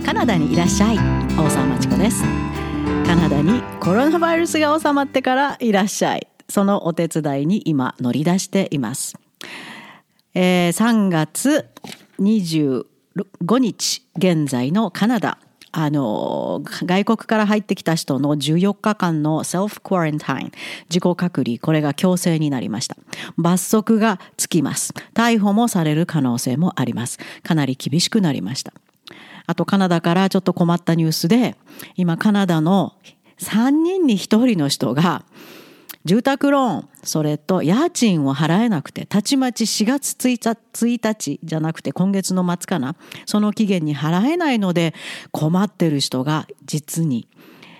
カナダにいらっしゃい、大沢まちこです。カナダにコロナウイルスが収まってからいらっしゃい、そのお手伝いに今乗り出しています。3月25日現在のカナダ、外国から入ってきた人の14日間のセルフクワランタイン、自己隔離、これが強制になりました。罰則がつきます。逮捕もされる可能性もあります。かなり厳しくなりました。あとカナダからちょっと困ったニュースで、今カナダの3人に1人の人が住宅ローン、それと家賃を払えなくて、たちまち4月1日じゃなくて今月の末かな、その期限に払えないので困ってる人が実に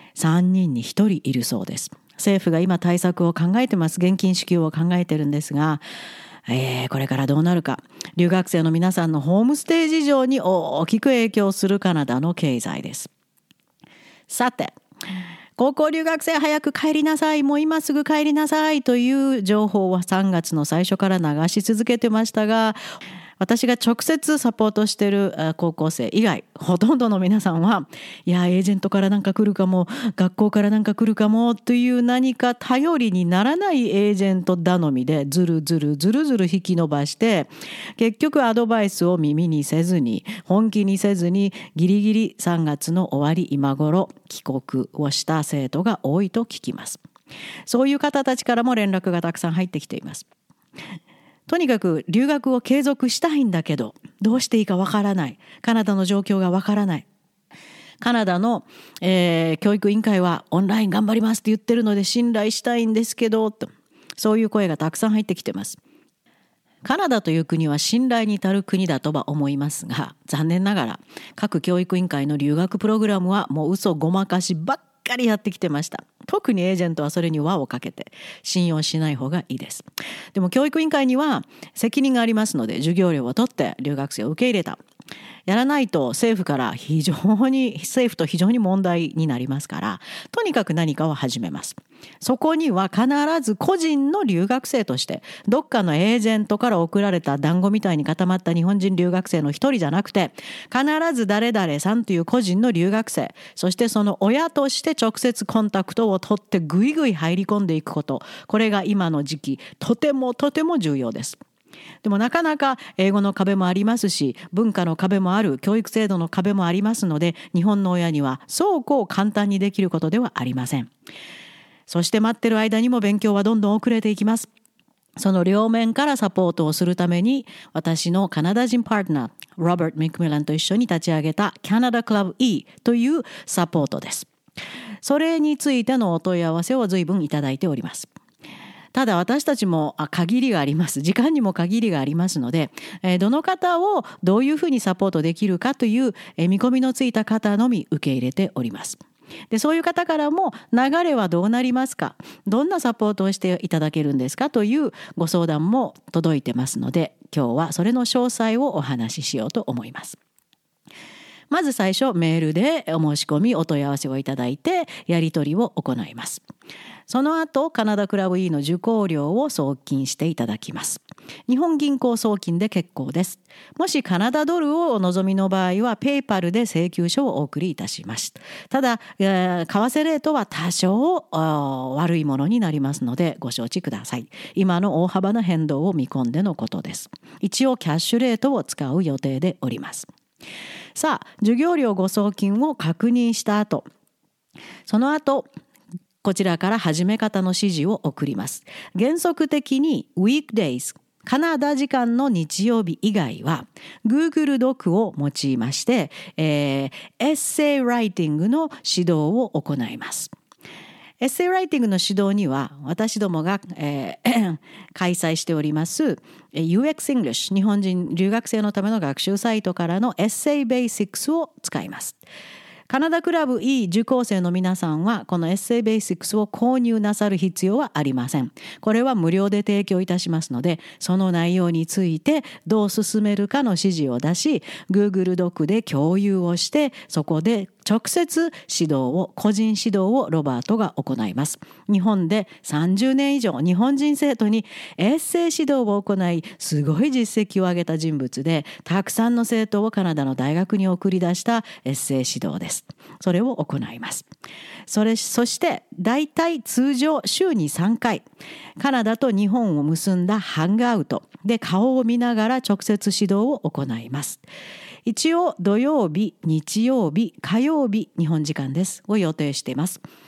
3人に1人いるそうです。政府が今対策を考えてます。現金支給を考えてるんですが、これからどうなるか。留学生の皆さんのホームステイ事情に大きく影響するカナダの経済です。さて、高校留学生早く帰りなさい、もう今すぐ帰りなさいという情報は3月の最初から流し続けてましたが、私が直接サポートしている高校生以外、ほとんどの皆さんは、いや、エージェントからなんか来るかも、学校からなんか来るかもという何か頼りにならないエージェント頼みでずるずる引き伸ばして、結局アドバイスを耳にせずに、本気にせずに、ギリギリ3月の終わり今頃帰国をした生徒が多いと聞きます。そういう方たちからも連絡がたくさん入ってきています。とにかく留学を継続したいんだけど、どうしていいかわからない。カナダの状況がわからない。カナダの、教育委員会はオンライン頑張りますって言ってるので信頼したいんですけど、とそういう声がたくさん入ってきてます。カナダという国は信頼に足る国だとは思いますが、残念ながら各教育委員会の留学プログラムはもう嘘ごまかしばっかりやってきてました。特にエージェントはそれに輪をかけて信用しない方がいいです。でも教育委員会には責任がありますので、授業料を取って留学生を受け入れた。やらないと政府と非常に問題になりますから、とにかく何かを始めます。そこには必ず個人の留学生として、どっかのエージェントから送られた団子みたいに固まった日本人留学生の一人じゃなくて、必ず誰々さんという個人の留学生、そしてその親として直接コンタクトを取ってぐいぐい入り込んでいくこと、これが今の時期とても重要です。でもなかなか英語の壁もありますし、文化の壁もある、教育制度の壁もありますので、日本の親にはそう簡単にできることではありません。そして待ってる間にも勉強はどんどん遅れていきます。その両面からサポートをするために、私のカナダ人パートナーロバート・ミクミランと一緒に立ち上げたカナダクラブ E というサポートです。それについてのお問い合わせを随分いただいております。ただ私たちも限りがあります。時間にも限りがありますので、どの方をどういうふうにサポートできるかという見込みのついた方のみ受け入れております。で、そういう方からも流れはどうなりますか、どんなサポートをしていただけるんですかというご相談も届いてますので、今日はそれの詳細をお話ししようと思います。まず最初、メールでお申し込みお問い合わせをいただいてやり取りを行います。その後、カナダクラブ E の受講料を送金していただきます。日本銀行送金で結構です。もしカナダドルをお望みの場合は、ペイパルで請求書をお送りいたします。ただ、為替レートは多少悪いものになりますのでご承知ください。今の大幅な変動を見込んでのことです。一応キャッシュレートを使う予定でおります。さあ、授業料ご送金を確認した後、その後、こちらから始め方の指示を送ります。原則的に weekdays、カナダ時間の日曜日以外は Google ドクを用いまして、エッセイライティングの指導を行います。エッセイライティングの指導には私どもが、開催しております UX English、 日本人留学生のための学習サイトからのエッセイベーシックスを使います。カナダクラブ E 受講生の皆さんはこのエッセイベーシックスを購入なさる必要はありません。これは無料で提供いたしますので、その内容についてどう進めるかの指示を出し、Google ドクで共有をして、そこで直接個人指導をロバートが行います。日本で30年以上日本人生徒にエッセイ指導を行い、すごい実績を上げた人物で、たくさんの生徒をカナダの大学に送り出したエッセイ指導です。それを行います。そしてだいたい通常週に3回カナダと日本を結んだハングアウトで顔を見ながら直接指導を行います。一応土曜日、日曜日、火曜日日本時間ですを予定しています。ここ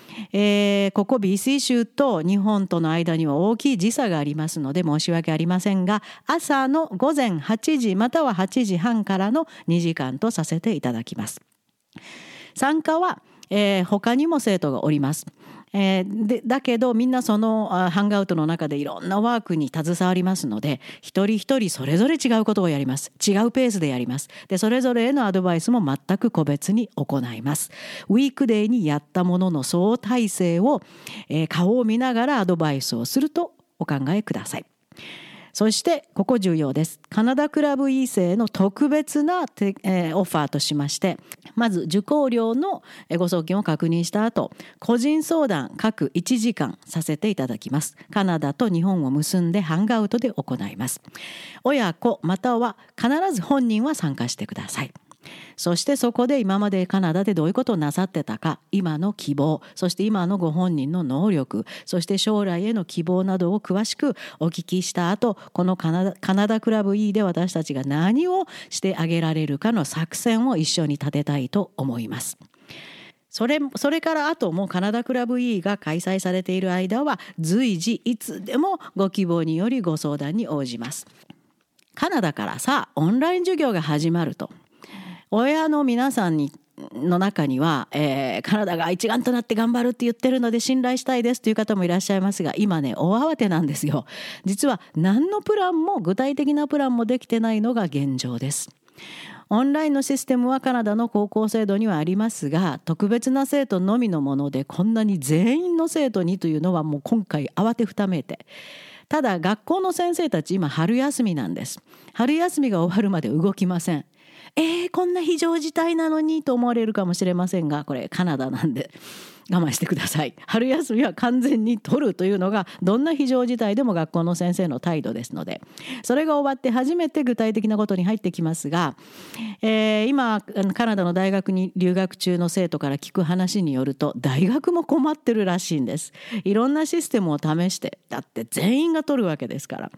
BC 州と日本との間には大きい時差がありますので申し訳ありませんが、朝の午前8時または8時半からの2時間とさせていただきます。参加は他にも生徒がおります。だけどみんなそのハングアウトの中でいろんなワークに携わりますので、一人一人それぞれ違うことをやります。違うペースでやります。でそれぞれへのアドバイスも全く個別に行います。ウィークデーにやったものの総体制を、顔を見ながらアドバイスをするとお考えください。そしてここ重要です。カナダクラブ E 生の特別なオファーとしまして、まず受講料のご送金を確認した後、個人相談各1時間させていただきます。カナダと日本を結んでハングアウトで行います。親子または必ず本人は参加してください。そしてそこで今までカナダでどういうことをなさってたか、今の希望、そして今のご本人の能力、そして将来への希望などを詳しくお聞きした後、このカナダクラブ E で私たちが何をしてあげられるかの作戦を一緒に立てたいと思います。それからあともカナダクラブ E が開催されている間は随時いつでもご希望によりご相談に応じます。カナダからオンライン授業が始まると、親の皆さんの中には、カナダが一丸となって頑張るって言ってるので信頼したいですという方もいらっしゃいますが、今ね大慌てなんですよ。実は何のプランも具体的なプランもできてないのが現状です。オンラインのシステムはカナダの高校制度にはありますが、特別な生徒のみのもので、こんなに全員の生徒にというのはもう今回慌てふためいて、ただ学校の先生たち今春休みなんです。春休みが終わるまで動きません。こんな非常事態なのにと思われるかもしれませんが、これカナダなんで我慢してください。春休みは完全に取るというのがどんな非常事態でも学校の先生の態度ですので、それが終わって初めて具体的なことに入ってきますが、今カナダの大学に留学中の生徒から聞く話によると、大学も困ってるらしいんです。いろんなシステムを試して、だって全員が取るわけですから、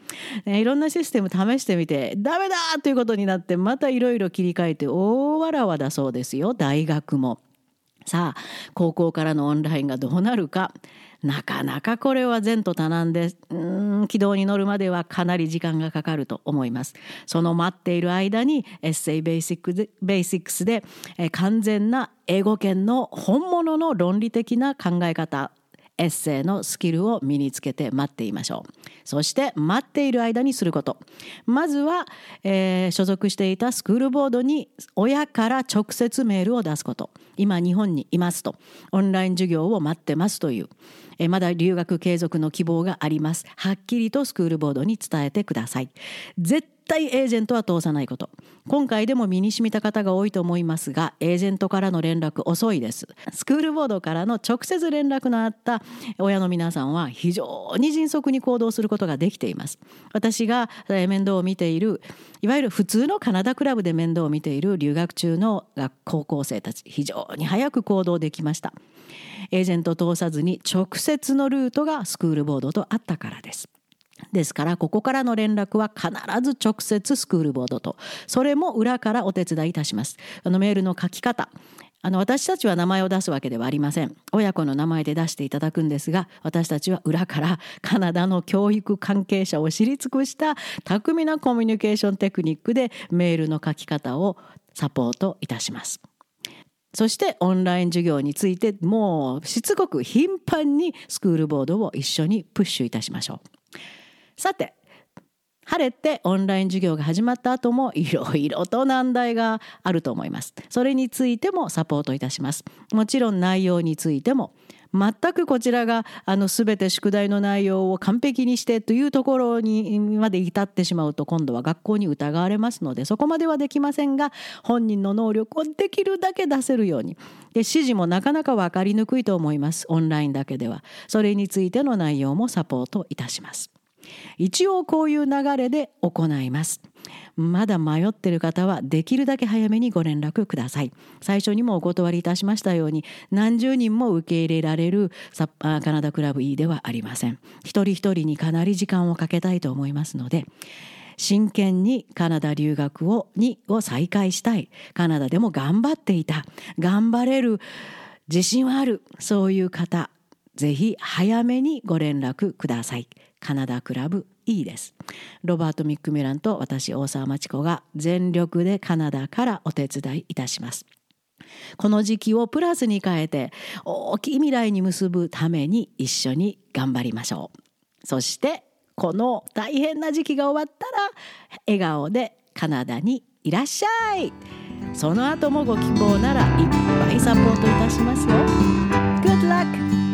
いろんなシステム試してみてダメだということになって、またいろいろ切り替えて大わらわだそうですよ、大学も。さあ高校からのオンラインがどうなるか、なかなかこれは前途多難で、軌道に乗るまではかなり時間がかかると思います。その待っている間にエッセイベーシックスで完全な英語圏の本物の論理的な考え方、エッセイのスキルを身につけて待っていましょう。そして待っている間にすること、まずは、所属していたスクールボードに親から直接メールを出すこと。今日本にいますと、オンライン授業を待ってますという、まだ留学継続の希望があります、はっきりとスクールボードに伝えてください。絶対エージェントは通さないこと。今回でも身に染みた方が多いと思いますが、エージェントからの連絡遅いです。スクールボードからの直接連絡のあった親の皆さんは非常に迅速に行動することができています。私が面倒を見ている、いわゆる普通のカナダクラブで面倒を見ている留学中の高校生たち、非常に早く行動できました。エージェントを通さずに直接のルートがスクールボードとあったからです。ですからここからの連絡は必ず直接スクールボードと、それも裏からお手伝いいたします。メールの書き方、私たちは名前を出すわけではありません。親子の名前で出していただくんですが、私たちは裏からカナダの教育関係者を知り尽くした巧みなコミュニケーションテクニックでメールの書き方をサポートいたします。そしてオンライン授業についてもうしつこく頻繁にスクールボードを一緒にプッシュいたしましょう。さて、晴れてオンライン授業が始まった後もいろいろと難題があると思います。それについてもサポートいたします。もちろん内容についても、 全くこちらが全て宿題の内容を完璧にしてというところにまで至ってしまうと、今度は学校に疑われますので、そこまではできませんが、本人の能力をできるだけ出せるように。で、指示もなかなか分かりにくいと思います。オンラインだけでは。それについての内容もサポートいたします。一応こういう流れで行います。まだ迷っている方はできるだけ早めにご連絡ください。最初にもお断りいたしましたように、何十人も受け入れられるカナダクラブ E ではありません。一人一人にかなり時間をかけたいと思いますので、真剣にカナダ留学を再開したい、カナダでも頑張っていた、頑張れる自信はある、そういう方、ぜひ早めにご連絡ください。カナダクラブ E です。ロバート・ミックミランと私、大沢町子が全力でカナダからお手伝いいたします。この時期をプラスに変えて大きい未来に結ぶために一緒に頑張りましょう。そしてこの大変な時期が終わったら笑顔でカナダにいらっしゃい。その後もご希望ならいっぱいサポートいたしますよ。Good luck!